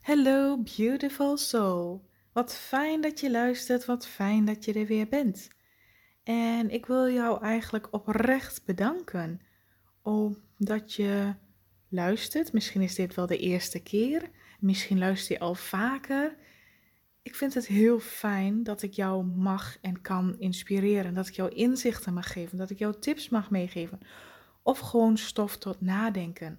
Hello, beautiful soul. Wat fijn dat je luistert, wat fijn dat je er weer bent. En ik wil jou eigenlijk oprecht bedanken omdat je luistert. Misschien is dit wel de eerste keer, misschien luister je al vaker. Ik vind het heel fijn dat ik jou mag en kan inspireren, dat ik jou inzichten mag geven, dat ik jou tips mag meegeven of gewoon stof tot nadenken.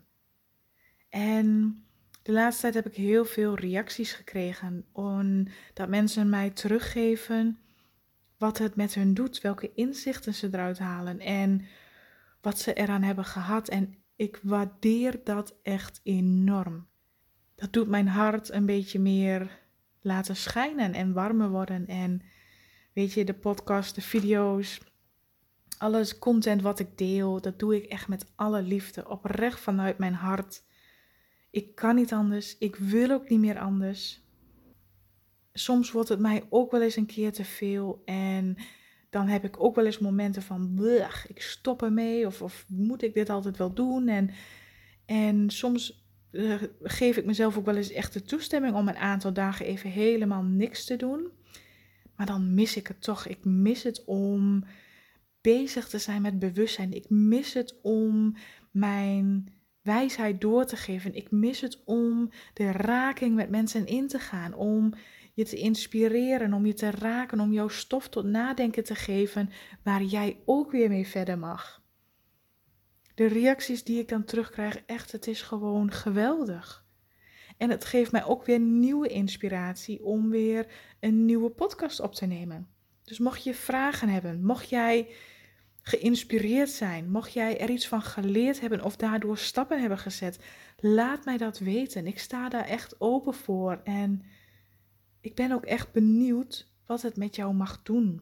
En de laatste tijd heb ik heel veel reacties gekregen dat mensen mij teruggeven wat het met hun doet, welke inzichten ze eruit halen en wat ze eraan hebben gehad. En ik waardeer dat echt enorm. Dat doet mijn hart een beetje meer laten schijnen en warmer worden. En weet je, de podcast, de video's, alles content wat ik deel, dat doe ik echt met alle liefde, oprecht vanuit mijn hart. Ik kan niet anders. Ik wil ook niet meer anders. Soms wordt het mij ook wel eens een keer te veel. En dan heb ik ook wel eens momenten van, blech, ik stop ermee. Of moet ik dit altijd wel doen? En soms geef ik mezelf ook wel eens echt de toestemming om een aantal dagen even helemaal niks te doen. Maar dan mis ik het toch. Ik mis het om bezig te zijn met bewustzijn. Ik mis het om mijn wijsheid door te geven. Ik mis het om de raking met mensen in te gaan. Om je te inspireren, om je te raken, om jouw stof tot nadenken te geven waar jij ook weer mee verder mag. De reacties die ik dan terugkrijg, echt, het is gewoon geweldig. En het geeft mij ook weer nieuwe inspiratie om weer een nieuwe podcast op te nemen. Dus mocht je vragen hebben, mocht jij geïnspireerd zijn, mocht jij er iets van geleerd hebben of daardoor stappen hebben gezet, laat mij dat weten. Ik sta daar echt open voor en ik ben ook echt benieuwd wat het met jou mag doen.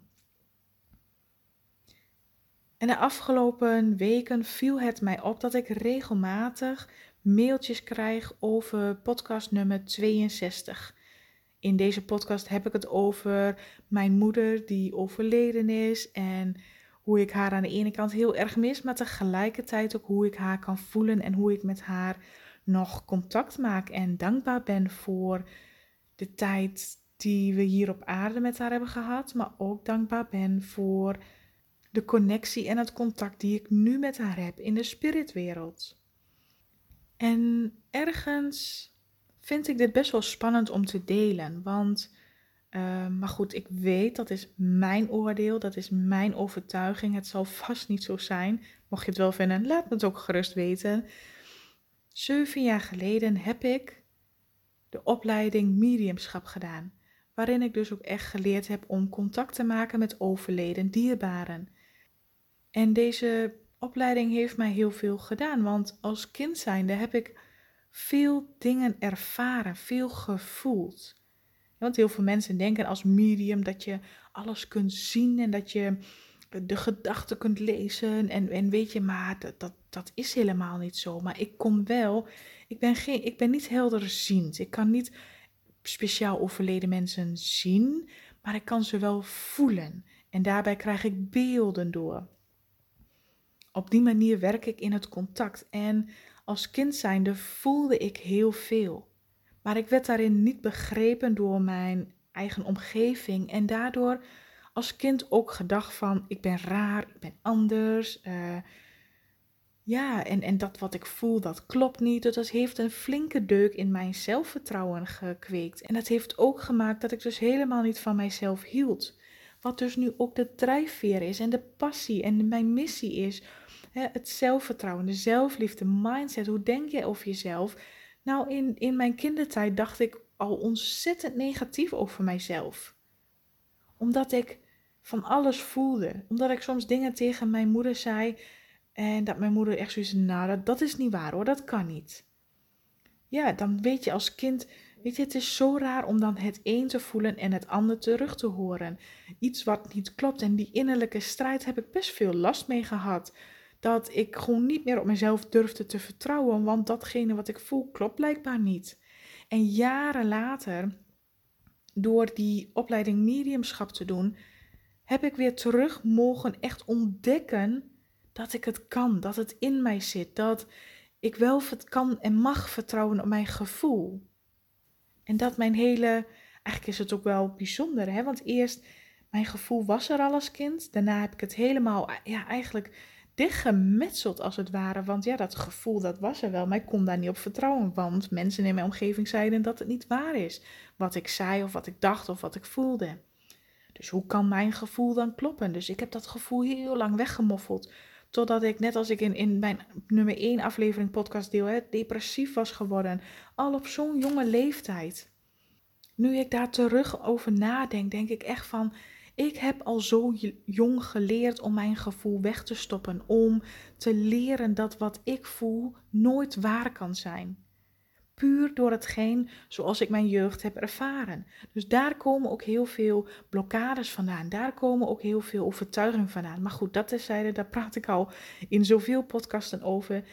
En de afgelopen weken viel het mij op dat ik regelmatig mailtjes krijg over podcast nummer 62. In deze podcast heb ik het over mijn moeder die overleden is en hoe ik haar aan de ene kant heel erg mis, maar tegelijkertijd ook hoe ik haar kan voelen en hoe ik met haar nog contact maak en dankbaar ben voor de tijd die we hier op aarde met haar hebben gehad, maar ook dankbaar ben voor de connectie en het contact die ik nu met haar heb in de spiritwereld. En ergens vind ik dit best wel spannend om te delen, want maar goed, ik weet, dat is mijn oordeel, dat is mijn overtuiging. Het zal vast niet zo zijn. Mocht je het wel vinden, laat me het ook gerust weten. 7 jaar geleden heb ik de opleiding mediumschap gedaan. Waarin ik dus ook echt geleerd heb om contact te maken met overleden dierbaren. En deze opleiding heeft mij heel veel gedaan. Want als kind zijnde heb ik veel dingen ervaren, veel gevoeld. Want heel veel mensen denken als medium dat je alles kunt zien en dat je de gedachten kunt lezen. En weet je, maar dat is helemaal niet zo. Maar ik kon wel, ik ben niet helderziend. Ik kan niet speciaal overleden mensen zien, maar ik kan ze wel voelen. En daarbij krijg ik beelden door. Op die manier werk ik in het contact. En als kind zijnde voelde ik heel veel. Maar ik werd daarin niet begrepen door mijn eigen omgeving. En daardoor als kind ook gedacht van, ik ben raar, ik ben anders. En dat wat ik voel, dat klopt niet. Dus dat heeft een flinke deuk in mijn zelfvertrouwen gekweekt. En dat heeft ook gemaakt dat ik dus helemaal niet van mijzelf hield. Wat dus nu ook de drijfveer is en de passie en mijn missie is. Het zelfvertrouwen, de zelfliefde, mindset. Hoe denk je over jezelf? Nou, in mijn kindertijd dacht ik al ontzettend negatief over mijzelf. Omdat ik van alles voelde. Omdat ik soms dingen tegen mijn moeder zei. En dat mijn moeder echt zoiets, nou, dat is niet waar hoor, dat kan niet. Ja, dan weet je als kind, weet je, het is zo raar om dan het een te voelen en het ander terug te horen. Iets wat niet klopt en die innerlijke strijd heb ik best veel last mee gehad. Dat ik gewoon niet meer op mezelf durfde te vertrouwen, want datgene wat ik voel klopt blijkbaar niet. En jaren later, door die opleiding mediumschap te doen, heb ik weer terug mogen echt ontdekken dat ik het kan, dat het in mij zit, dat ik wel kan en mag vertrouwen op mijn gevoel. En dat eigenlijk is het ook wel bijzonder, hè? Want eerst, mijn gevoel was er al als kind. Daarna heb ik het helemaal, eigenlijk dichtgemetseld als het ware. Want ja, dat gevoel, dat was er wel. Maar ik kon daar niet op vertrouwen. Want mensen in mijn omgeving zeiden dat het niet waar is. Wat ik zei of wat ik dacht of wat ik voelde. Dus hoe kan mijn gevoel dan kloppen? Dus ik heb dat gevoel heel lang weggemoffeld. Totdat ik, net als ik in mijn nummer 1 aflevering podcast deel, depressief was geworden. Al op zo'n jonge leeftijd. Nu ik daar terug over nadenk, denk ik echt van, ik heb al zo jong geleerd om mijn gevoel weg te stoppen. Om te leren dat wat ik voel nooit waar kan zijn. Puur door hetgeen zoals ik mijn jeugd heb ervaren. Dus daar komen ook heel veel blokkades vandaan. Daar komen ook heel veel overtuigingen vandaan. Maar goed, dat terzijde, daar praat ik al in zoveel podcasten over.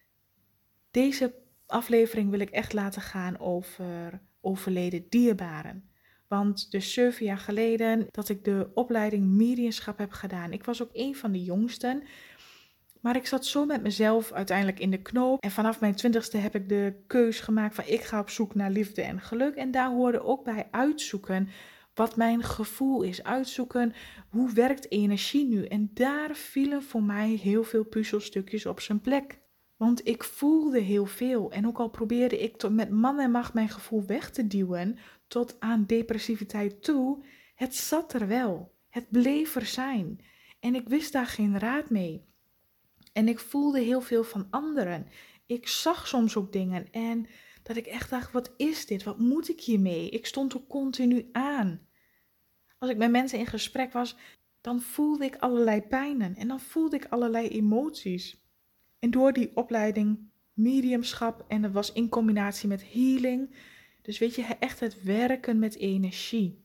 Deze aflevering wil ik echt laten gaan over overleden dierbaren. Want dus 7 jaar geleden dat ik de opleiding mediumschap heb gedaan. Ik was ook een van de jongsten. Maar ik zat zo met mezelf uiteindelijk in de knoop. En vanaf mijn 20ste heb ik de keus gemaakt van ik ga op zoek naar liefde en geluk. En daar hoorde ook bij uitzoeken wat mijn gevoel is. Uitzoeken hoe werkt energie nu. En daar vielen voor mij heel veel puzzelstukjes op zijn plek. Want ik voelde heel veel. En ook al probeerde ik met man en macht mijn gevoel weg te duwen tot aan depressiviteit toe, het zat er wel. Het bleef er zijn. En ik wist daar geen raad mee. En ik voelde heel veel van anderen. Ik zag soms ook dingen en dat ik echt dacht, wat is dit? Wat moet ik hiermee? Ik stond ook continu aan. Als ik met mensen in gesprek was, dan voelde ik allerlei pijnen en dan voelde ik allerlei emoties. En door die opleiding mediumschap, en dat was in combinatie met healing, dus weet je, echt het werken met energie.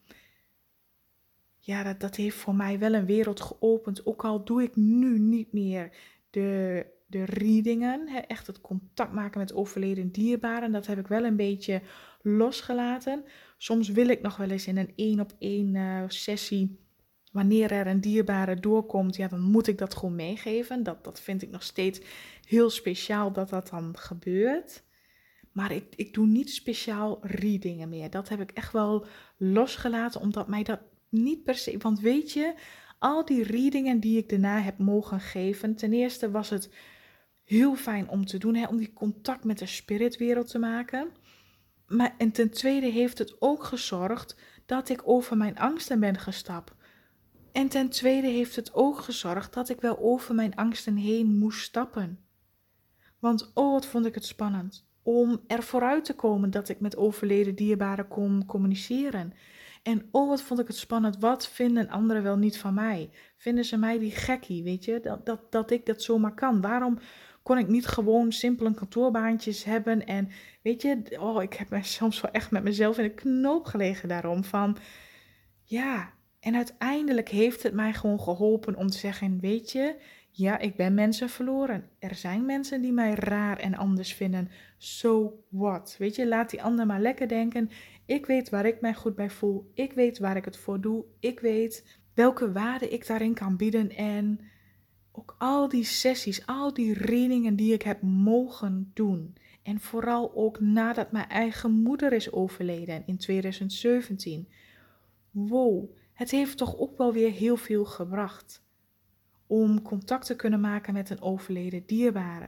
Ja, dat heeft voor mij wel een wereld geopend, ook al doe ik nu niet meer de readingen, echt het contact maken met overleden dierbaren, dat heb ik wel een beetje losgelaten. Soms wil ik nog wel eens in een 1-op-1 sessie, wanneer er een dierbare doorkomt, ja, dan moet ik dat gewoon meegeven. Dat vind ik nog steeds heel speciaal dat dat dan gebeurt. Maar ik doe niet speciaal readingen meer. Dat heb ik echt wel losgelaten, omdat mij dat niet per se... Want weet je, al die readingen die ik daarna heb mogen geven, ten eerste was het heel fijn om te doen, om die contact met de spiritwereld te maken. En ten tweede heeft het ook gezorgd dat ik over mijn angsten ben gestapt. En ten tweede heeft het ook gezorgd dat ik wel over mijn angsten heen moest stappen. Want wat vond ik het spannend om er vooruit te komen dat ik met overleden dierbaren kon communiceren. En wat vond ik het spannend, wat vinden anderen wel niet van mij? Vinden ze mij die gekkie, weet je, dat ik dat zomaar kan? Waarom kon ik niet gewoon simpel een kantoorbaantjes hebben? En weet je, ik heb me soms wel echt met mezelf in de knoop gelegen daarom. Van, ja, en uiteindelijk heeft het mij gewoon geholpen om te zeggen, weet je, ja, ik ben mensen verloren. Er zijn mensen die mij raar en anders vinden. So what? Weet je, laat die ander maar lekker denken. Ik weet waar ik mij goed bij voel. Ik weet waar ik het voor doe. Ik weet welke waarde ik daarin kan bieden. En ook al die sessies, al die readingen die ik heb mogen doen. En vooral ook nadat mijn eigen moeder is overleden in 2017. Wow, het heeft toch ook wel weer heel veel gebracht om contact te kunnen maken met een overleden dierbare.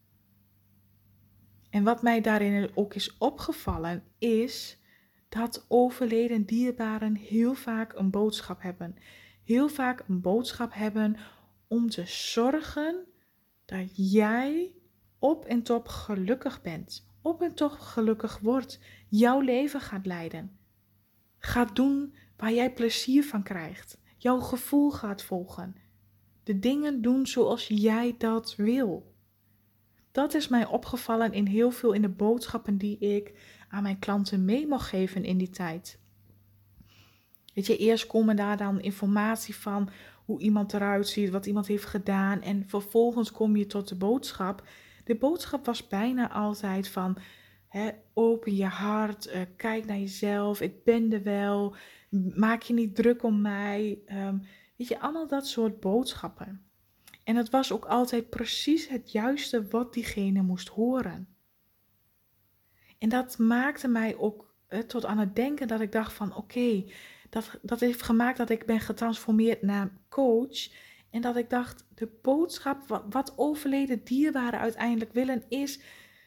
En wat mij daarin ook is opgevallen, is dat overleden dierbaren heel vaak een boodschap hebben. Heel vaak een boodschap hebben om te zorgen dat jij op en top gelukkig bent. Op en top gelukkig wordt. Jouw leven gaat leiden. Gaat doen waar jij plezier van krijgt. Jouw gevoel gaat volgen. De dingen doen zoals jij dat wil. Dat is mij opgevallen in heel veel in de boodschappen die ik aan mijn klanten mee mag geven in die tijd. Weet je, eerst komen daar dan informatie van hoe iemand eruit ziet, wat iemand heeft gedaan. En vervolgens kom je tot de boodschap. De boodschap was bijna altijd van, open je hart, kijk naar jezelf, ik ben er wel, maak je niet druk om mij. Weet je, allemaal dat soort boodschappen. En het was ook altijd precies het juiste wat diegene moest horen. En dat maakte mij ook tot aan het denken dat ik dacht van oké, dat heeft gemaakt dat ik ben getransformeerd naar coach. En dat ik dacht, de boodschap wat overleden dierbaren uiteindelijk willen is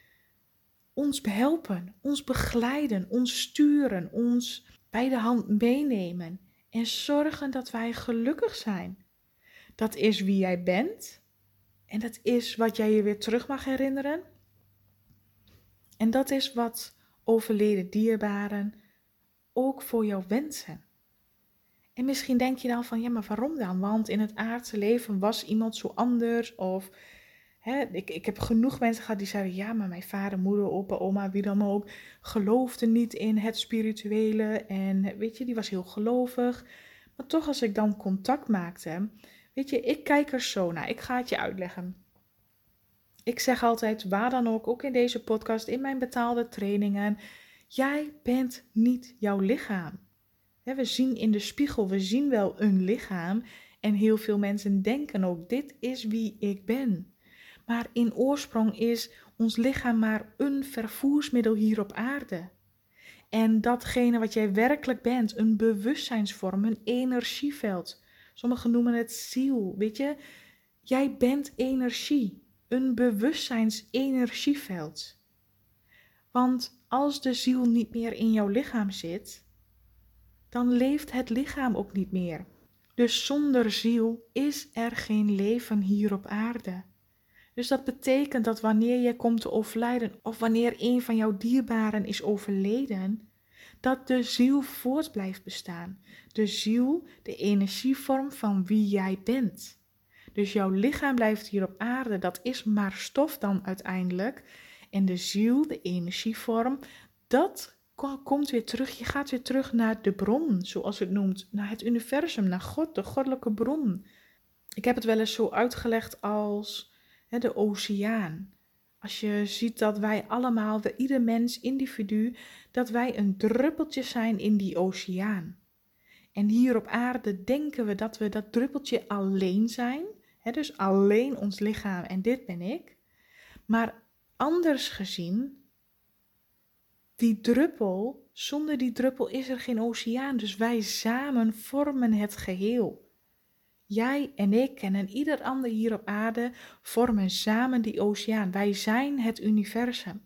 ons behelpen, ons begeleiden, ons sturen, ons bij de hand meenemen. En zorgen dat wij gelukkig zijn. Dat is wie jij bent. En dat is wat jij je weer terug mag herinneren. En dat is wat overleden dierbaren ook voor jou wensen. En misschien denk je dan van, ja, maar waarom dan? Want in het aardse leven was iemand zo anders. Of ik heb genoeg mensen gehad die zeiden, ja, maar mijn vader, moeder, opa, oma, wie dan ook, geloofde niet in het spirituele. En weet je, die was heel gelovig. Maar toch als ik dan contact maakte, weet je, ik kijk er zo naar. Ik ga het je uitleggen. Ik zeg altijd, waar dan ook in deze podcast, in mijn betaalde trainingen, jij bent niet jouw lichaam. We zien in de spiegel, we zien wel een lichaam en heel veel mensen denken ook, dit is wie ik ben. Maar in oorsprong is ons lichaam maar een vervoersmiddel hier op aarde. En datgene wat jij werkelijk bent, een bewustzijnsvorm, een energieveld. Sommigen noemen het ziel, weet je. Jij bent energie, een bewustzijnsenergieveld. Want als de ziel niet meer in jouw lichaam zit, dan leeft het lichaam ook niet meer. Dus zonder ziel is er geen leven hier op aarde. Dus dat betekent dat wanneer je komt te overlijden of wanneer een van jouw dierbaren is overleden, dat de ziel voort blijft bestaan. De ziel, de energievorm van wie jij bent. Dus jouw lichaam blijft hier op aarde, dat is maar stof dan uiteindelijk. En de ziel, de energievorm, dat komt weer terug. Je gaat weer terug naar de bron, zoals het noemt. Naar het universum, naar God, de goddelijke bron. Ik heb het wel eens zo uitgelegd als de oceaan. Als je ziet dat wij allemaal, ieder mens, individu, dat wij een druppeltje zijn in die oceaan. En hier op aarde denken we dat druppeltje alleen zijn. Dus alleen ons lichaam en dit ben ik. Maar anders gezien, die druppel, zonder die druppel is er geen oceaan. Dus wij samen vormen het geheel. Jij en ik en ieder ander hier op aarde vormen samen die oceaan. Wij zijn het universum.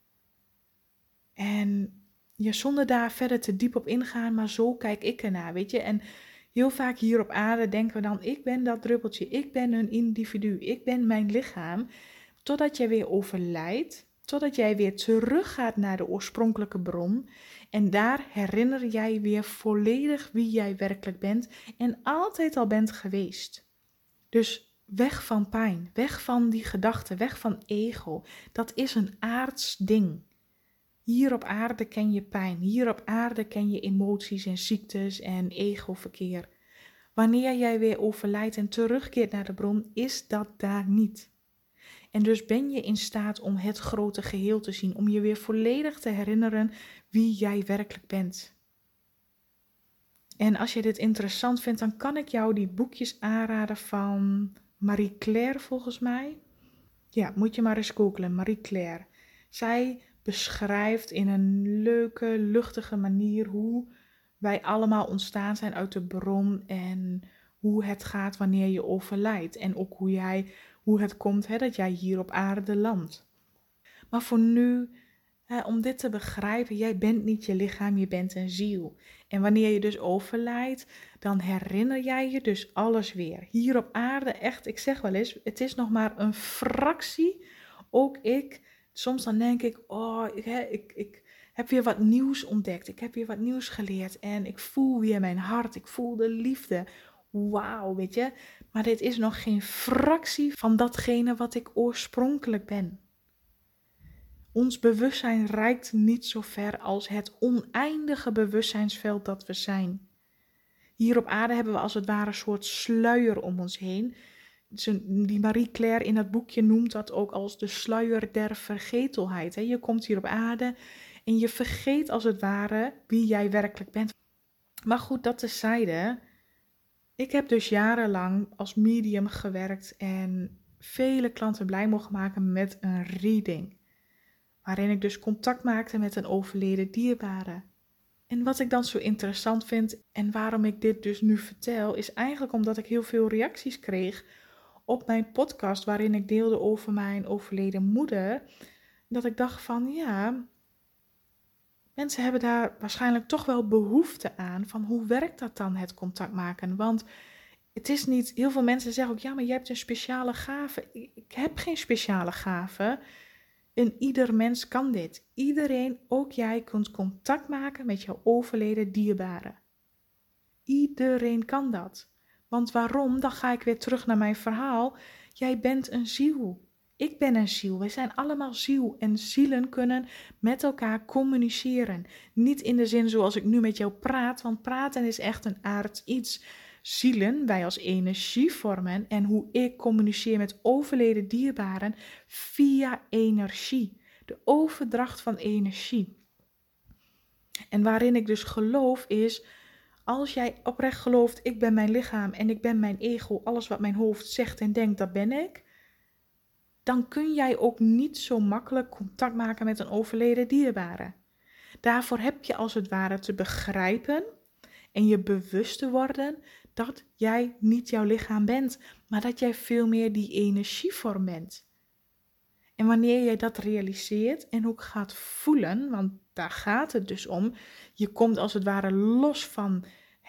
En zonder daar verder te diep op ingaan, maar zo kijk ik ernaar, weet je. En heel vaak hier op aarde denken we dan, ik ben dat druppeltje, ik ben een individu, ik ben mijn lichaam. Totdat jij weer overlijdt, totdat jij weer teruggaat naar de oorspronkelijke bron. En daar herinner jij weer volledig wie jij werkelijk bent en altijd al bent geweest. Dus weg van pijn, weg van die gedachten, weg van ego. Dat is een aards ding. Hier op aarde ken je pijn, hier op aarde ken je emoties en ziektes en egoverkeer. Wanneer jij weer overlijdt en terugkeert naar de bron, is dat daar niet. En dus ben je in staat om het grote geheel te zien, om je weer volledig te herinneren wie jij werkelijk bent. En als je dit interessant vindt, dan kan ik jou die boekjes aanraden van Marie Claire volgens mij. Ja, moet je maar eens googlen, Marie Claire. Zij beschrijft in een leuke, luchtige manier hoe wij allemaal ontstaan zijn uit de bron en hoe het gaat wanneer je overlijdt. En ook hoe het komt dat jij hier op aarde landt. Maar voor nu, om dit te begrijpen, jij bent niet je lichaam, je bent een ziel. En wanneer je dus overlijdt, dan herinner jij je dus alles weer. Hier op aarde, echt, ik zeg wel eens, het is nog maar een fractie. Ook ik, soms dan denk ik, ik heb weer wat nieuws ontdekt. Ik heb weer wat nieuws geleerd en ik voel weer mijn hart, ik voel de liefde. Wauw, weet je. Maar dit is nog geen fractie van datgene wat ik oorspronkelijk ben. Ons bewustzijn reikt niet zo ver als het oneindige bewustzijnsveld dat we zijn. Hier op aarde hebben we als het ware een soort sluier om ons heen. Die Marie Claire in dat boekje noemt dat ook als de sluier der vergetelheid. Je komt hier op aarde en je vergeet als het ware wie jij werkelijk bent. Maar goed, dat tezijde. Ik heb dus jarenlang als medium gewerkt en vele klanten blij mogen maken met een reading. waarin ik dus contact maakte met een overleden dierbare. En wat ik dan zo interessant vind en waarom ik dit dus nu vertel, is eigenlijk omdat ik heel veel reacties kreeg op mijn podcast waarin ik deelde over mijn overleden moeder. Dat ik dacht van ja, mensen hebben daar waarschijnlijk toch wel behoefte aan van hoe werkt dat dan, het contact maken? Want het is niet, heel veel mensen zeggen ook ja, maar jij hebt een speciale gave. Ik heb geen speciale gave. En ieder mens kan dit. Iedereen, ook jij, kunt contact maken met jouw overleden dierbare. Iedereen kan dat. Want waarom? Dan ga ik weer terug naar mijn verhaal. Jij bent een ziel. Ik ben een ziel. Wij zijn allemaal ziel. En zielen kunnen met elkaar communiceren. Niet in de zin zoals ik nu met jou praat. Want praten is echt een aards iets. Zielen, wij als energie vormen. En hoe ik communiceer met overleden dierbaren via energie. De overdracht van energie. En waarin ik dus geloof is, als jij oprecht gelooft, ik ben mijn lichaam en ik ben mijn ego, alles wat mijn hoofd zegt en denkt, dat ben ik, dan kun jij ook niet zo makkelijk contact maken met een overleden dierbare. Daarvoor heb je als het ware te begrijpen en je bewust te worden dat jij niet jouw lichaam bent, maar dat jij veel meer die energievorm bent. En wanneer jij dat realiseert en ook gaat voelen, want daar gaat het dus om, je komt als het ware los van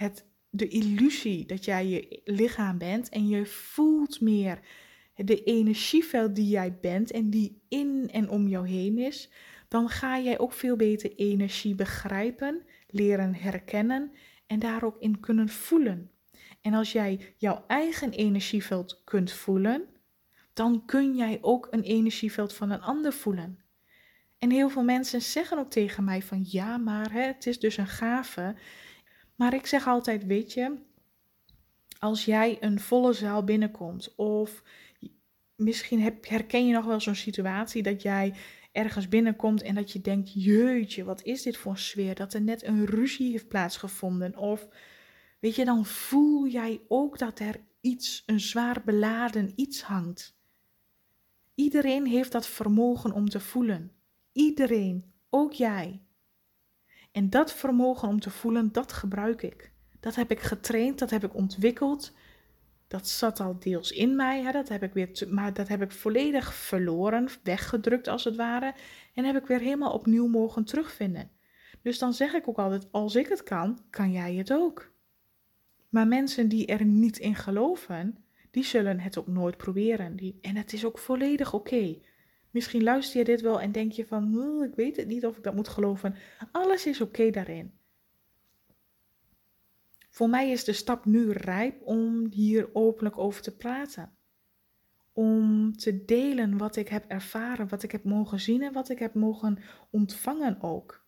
de illusie dat jij je lichaam bent en je voelt meer de energieveld die jij bent en die in en om jou heen is, dan ga jij ook veel beter energie begrijpen, leren herkennen en daar ook in kunnen voelen. En als jij jouw eigen energieveld kunt voelen, dan kun jij ook een energieveld van een ander voelen. En heel veel mensen zeggen ook tegen mij van ja, maar het is dus een gave. Maar ik zeg altijd, weet je, als jij een volle zaal binnenkomt of misschien herken je nog wel zo'n situatie dat jij ergens binnenkomt en dat je denkt, jeetje, wat is dit voor een sfeer, dat er net een ruzie heeft plaatsgevonden. Of weet je, dan voel jij ook dat er een zwaar beladen iets hangt. Iedereen heeft dat vermogen om te voelen. Iedereen, ook jij. En dat vermogen om te voelen, dat gebruik ik. Dat heb ik getraind, dat heb ik ontwikkeld. Dat zat al deels in mij, maar dat heb ik volledig verloren, weggedrukt als het ware. En heb ik weer helemaal opnieuw mogen terugvinden. Dus dan zeg ik ook altijd, als ik het kan, kan jij het ook. Maar mensen die er niet in geloven, die zullen het ook nooit proberen. En het is ook volledig oké. Misschien luister je dit wel en denk je van, ik weet het niet of ik dat moet geloven. Alles is oké daarin. Voor mij is de stap nu rijp om hier openlijk over te praten. Om te delen wat ik heb ervaren, wat ik heb mogen zien en wat ik heb mogen ontvangen ook.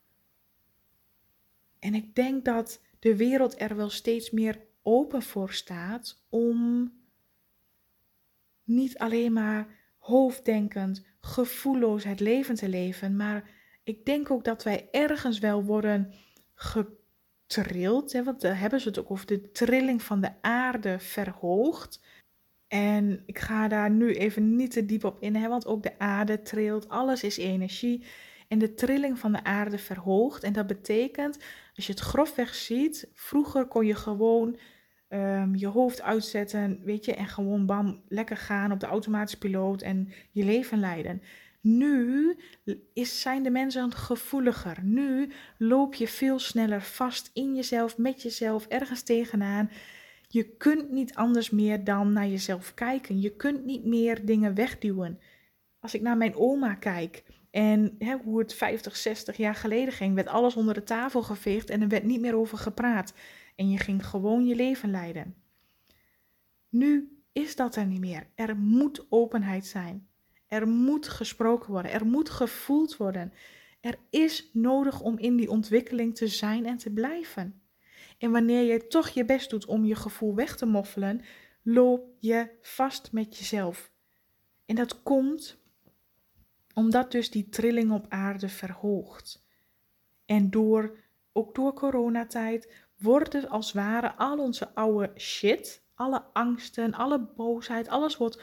En ik denk dat de wereld er wel steeds meer open voor staat om niet alleen maar hoofddenkend, gevoelloos het leven te leven, maar ik denk ook dat wij ergens wel worden getrild, want daar hebben ze het ook over, de trilling van de aarde verhoogt. En ik ga daar nu even niet te diep op in, want ook de aarde trilt, alles is energie. En de trilling van de aarde verhoogt. En dat betekent, als je het grofweg ziet, vroeger kon je gewoon je hoofd uitzetten, weet je, en gewoon bam, lekker gaan op de automatische piloot en je leven leiden. Nu zijn de mensen gevoeliger. Nu loop je veel sneller vast in jezelf, met jezelf, ergens tegenaan. Je kunt niet anders meer dan naar jezelf kijken. Je kunt niet meer dingen wegduwen. Als ik naar mijn oma kijk en hoe het 50, 60 jaar geleden ging, werd alles onder de tafel geveegd en er werd niet meer over gepraat. En je ging gewoon je leven leiden. Nu is dat er niet meer. Er moet openheid zijn. Er moet gesproken worden. Er moet gevoeld worden. Er is nodig om in die ontwikkeling te zijn en te blijven. En wanneer je toch je best doet om je gevoel weg te moffelen, loop je vast met jezelf. En dat komt omdat dus die trilling op aarde verhoogt. En ook door coronatijd worden als het ware al onze oude shit, alle angsten, alle boosheid, alles wordt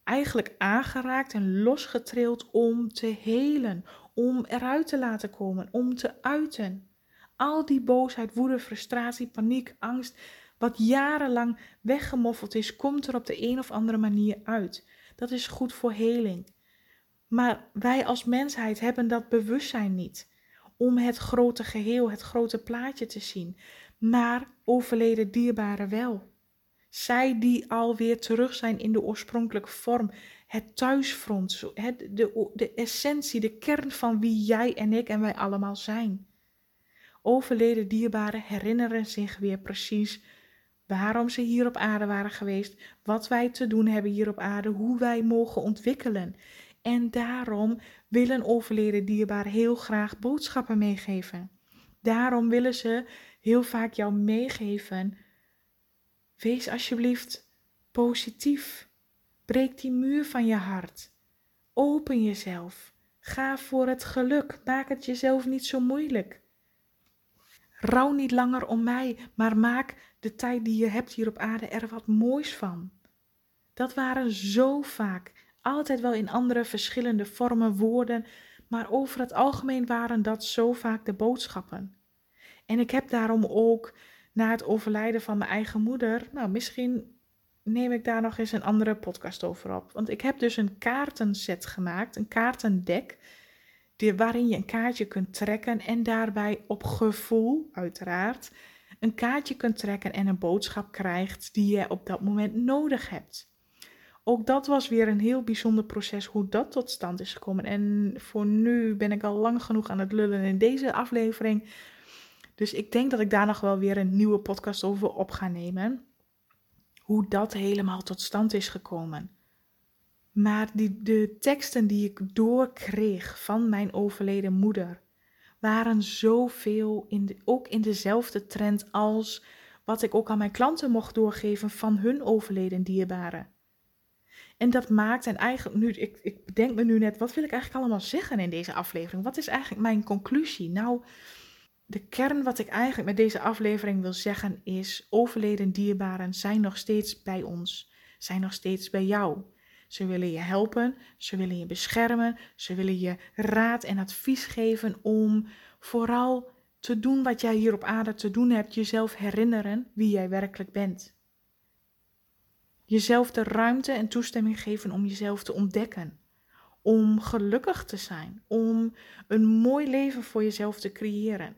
eigenlijk aangeraakt en losgetrild om te helen, om eruit te laten komen, om te uiten. Al die boosheid, woede, frustratie, paniek, angst, wat jarenlang weggemoffeld is, komt er op de een of andere manier uit. Dat is goed voor heling. Maar wij als mensheid hebben dat bewustzijn niet om het grote geheel, het grote plaatje te zien. Maar overleden dierbaren wel. Zij die alweer terug zijn in de oorspronkelijke vorm. Het thuisfront, de essentie, de kern van wie jij en ik en wij allemaal zijn. Overleden dierbaren herinneren zich weer precies waarom ze hier op aarde waren geweest, wat wij te doen hebben hier op aarde, hoe wij mogen ontwikkelen. En daarom willen overleden dierbaren heel graag boodschappen meegeven. Daarom willen ze heel vaak jou meegeven: wees alsjeblieft positief. Breek die muur van je hart. Open jezelf. Ga voor het geluk. Maak het jezelf niet zo moeilijk. Rouw niet langer om mij, maar maak de tijd die je hebt hier op aarde er wat moois van. Dat waren zo vaak, altijd wel in andere verschillende vormen, woorden, maar over het algemeen waren dat zo vaak de boodschappen. En ik heb daarom ook na het overlijden van mijn eigen moeder, misschien neem ik daar nog eens een andere podcast over op. Want ik heb dus een kaartenset gemaakt, een kaartendek, waarin je een kaartje kunt trekken en daarbij op gevoel, uiteraard, een kaartje kunt trekken en een boodschap krijgt die je op dat moment nodig hebt. Ook dat was weer een heel bijzonder proces hoe dat tot stand is gekomen. En voor nu ben ik al lang genoeg aan het lullen in deze aflevering. Dus ik denk dat ik daar nog wel weer een nieuwe podcast over op ga nemen. Hoe dat helemaal tot stand is gekomen. Maar de teksten die ik doorkreeg van mijn overleden moeder waren zoveel, ook in dezelfde trend als wat ik ook aan mijn klanten mocht doorgeven van hun overleden dierbaren. En dat maakt, en eigenlijk nu, ik bedenk me nu net, wat wil ik eigenlijk allemaal zeggen in deze aflevering? Wat is eigenlijk mijn conclusie? Nou, de kern wat ik eigenlijk met deze aflevering wil zeggen is: overleden dierbaren zijn nog steeds bij ons, zijn nog steeds bij jou. Ze willen je helpen, ze willen je beschermen, ze willen je raad en advies geven om vooral te doen wat jij hier op aarde te doen hebt, jezelf herinneren wie jij werkelijk bent. Jezelf de ruimte en toestemming geven om jezelf te ontdekken, om gelukkig te zijn, om een mooi leven voor jezelf te creëren.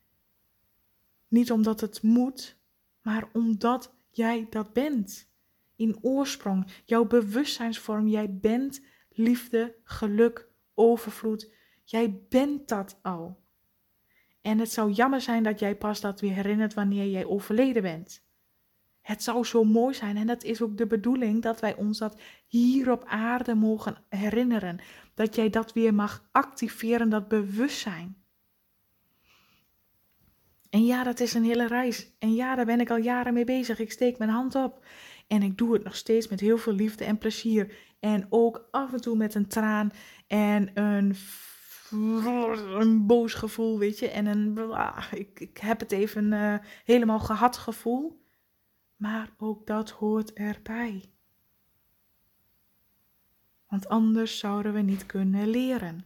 Niet omdat het moet, maar omdat jij dat bent. In oorsprong, jouw bewustzijnsvorm, jij bent liefde, geluk, overvloed. Jij bent dat al. En het zou jammer zijn dat jij pas dat weer herinnert wanneer jij overleden bent. Het zou zo mooi zijn en dat is ook de bedoeling dat wij ons dat hier op aarde mogen herinneren. Dat jij dat weer mag activeren, dat bewustzijn. En ja, dat is een hele reis. En ja, daar ben ik al jaren mee bezig. Ik steek mijn hand op. En ik doe het nog steeds met heel veel liefde en plezier. En ook af en toe met een traan en een boos gevoel, weet je. En ik heb het even helemaal gehad gevoel. Maar ook dat hoort erbij. Want anders zouden we niet kunnen leren.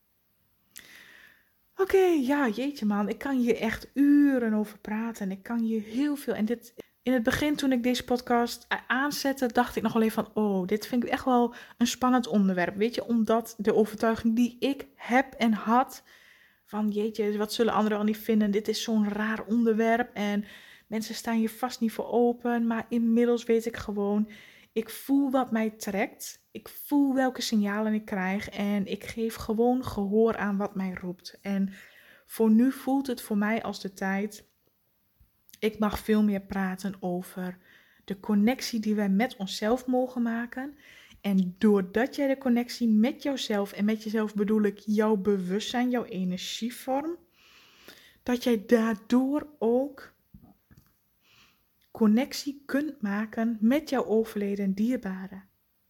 Oké, ja, jeetje man, ik kan hier echt uren over praten. Ik kan hier heel veel. En in het begin toen ik deze podcast aanzette, dacht ik nog wel even van, dit vind ik echt wel een spannend onderwerp. Weet je, omdat de overtuiging die ik heb en had, van jeetje, wat zullen anderen al niet vinden? Dit is zo'n raar onderwerp en mensen staan hier vast niet voor open. Maar inmiddels weet ik gewoon, ik voel wat mij trekt. Ik voel welke signalen ik krijg en ik geef gewoon gehoor aan wat mij roept. En voor nu voelt het voor mij als de tijd. Ik mag veel meer praten over de connectie die wij met onszelf mogen maken. En doordat jij de connectie met jouzelf, en met jezelf bedoel ik jouw bewustzijn, jouw energievorm, dat jij daardoor ook connectie kunt maken met jouw overleden dierbaren.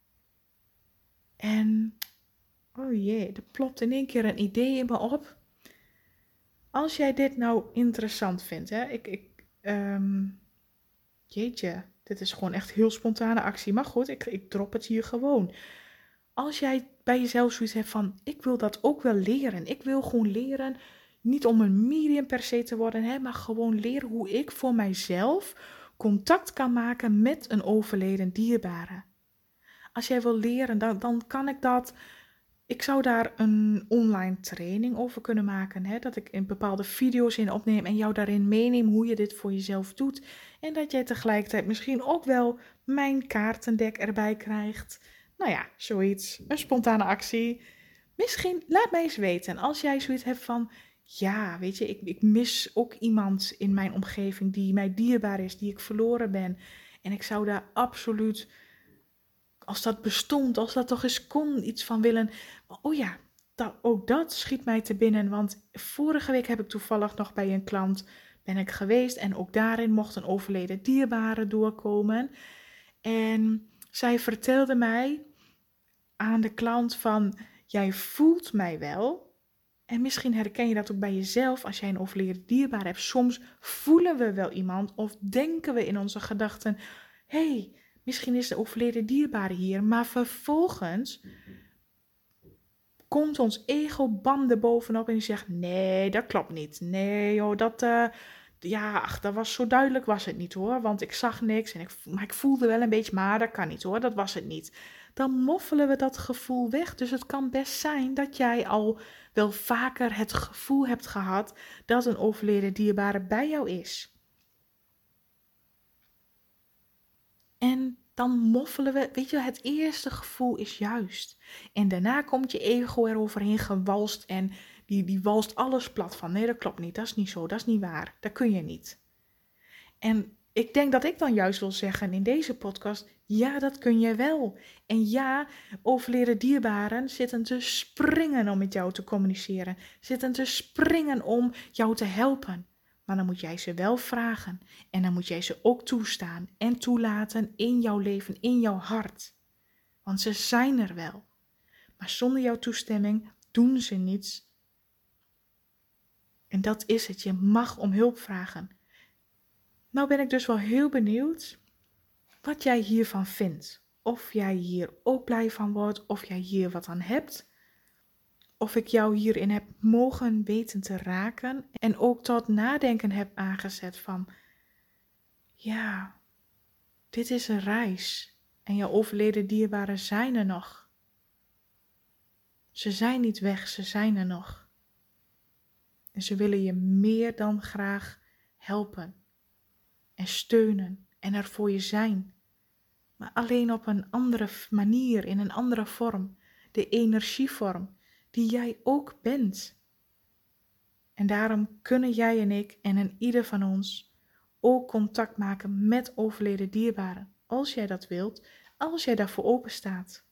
En, er plopt in één keer een idee in me op. Als jij dit nou interessant vindt, hè, Dit is gewoon echt heel spontane actie. Maar goed, ik drop het hier gewoon. Als jij bij jezelf zoiets hebt van, ik wil dat ook wel leren. Ik wil gewoon leren, niet om een medium per se te worden, maar gewoon leren hoe ik voor mijzelf contact kan maken met een overleden dierbare. Als jij wil leren, dan kan ik dat. Ik zou daar een online training over kunnen maken. Dat ik in bepaalde video's in opneem en jou daarin meeneem hoe je dit voor jezelf doet. En dat jij tegelijkertijd misschien ook wel mijn kaartendek erbij krijgt. Nou ja, zoiets. Een spontane actie. Misschien, laat mij eens weten. Als jij zoiets hebt van, ja, weet je, ik mis ook iemand in mijn omgeving die mij dierbaar is, die ik verloren ben. En ik zou daar absoluut, als dat bestond, als dat toch eens kon, iets van willen. Oh ja, ook dat schiet mij te binnen. Want vorige week heb ik toevallig nog bij een klant ben ik geweest. En ook daarin mocht een overleden dierbare doorkomen. En zij vertelde mij aan de klant van, jij voelt mij wel. En misschien herken je dat ook bij jezelf als jij een overleden dierbare hebt. Soms voelen we wel iemand of denken we in onze gedachten, hey, misschien is de overleden dierbare hier. Maar vervolgens komt ons ego banden bovenop en die zegt, nee, dat klopt niet. Nee joh, dat was zo duidelijk was het niet hoor. Want ik zag niks maar ik voelde wel een beetje, maar dat kan niet hoor, dat was het niet. Dan moffelen we dat gevoel weg. Dus het kan best zijn dat jij al wel vaker het gevoel hebt gehad dat een overleden dierbare bij jou is. En dan moffelen we, weet je, het eerste gevoel is juist. En daarna komt je ego eroverheen gewalst en die walst alles plat van. Nee, dat klopt niet, dat is niet zo, dat is niet waar, dat kun je niet. En ik denk dat ik dan juist wil zeggen in deze podcast, ja, dat kun je wel. En ja, overleden dierbaren zitten te springen om met jou te communiceren. Zitten te springen om jou te helpen. Maar dan moet jij ze wel vragen. En dan moet jij ze ook toestaan en toelaten in jouw leven, in jouw hart. Want ze zijn er wel. Maar zonder jouw toestemming doen ze niets. En dat is het. Je mag om hulp vragen. Nou ben ik dus wel heel benieuwd wat jij hiervan vindt. Of jij hier ook blij van wordt, of jij hier wat aan hebt. Of ik jou hierin heb mogen weten te raken en ook tot nadenken heb aangezet van, ja, dit is een reis en jouw overleden dierbaren zijn er nog. Ze zijn niet weg, ze zijn er nog. En ze willen je meer dan graag helpen en steunen en er voor je zijn. Maar alleen op een andere manier, in een andere vorm. De energievorm die jij ook bent. En daarom kunnen jij en ik en een ieder van ons ook contact maken met overleden dierbaren. Als jij dat wilt, als jij daarvoor open staat.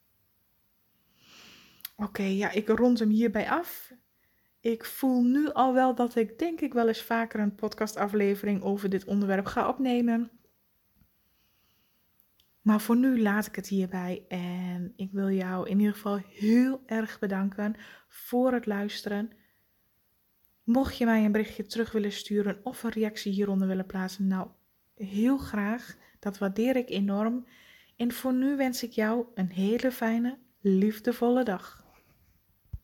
Oké, ik rond hem hierbij af. Ik voel nu al wel dat ik denk ik wel eens vaker een podcastaflevering over dit onderwerp ga opnemen. Maar voor nu laat ik het hierbij en ik wil jou in ieder geval heel erg bedanken voor het luisteren. Mocht je mij een berichtje terug willen sturen of een reactie hieronder willen plaatsen, nou heel graag, dat waardeer ik enorm. En voor nu wens ik jou een hele fijne, liefdevolle dag.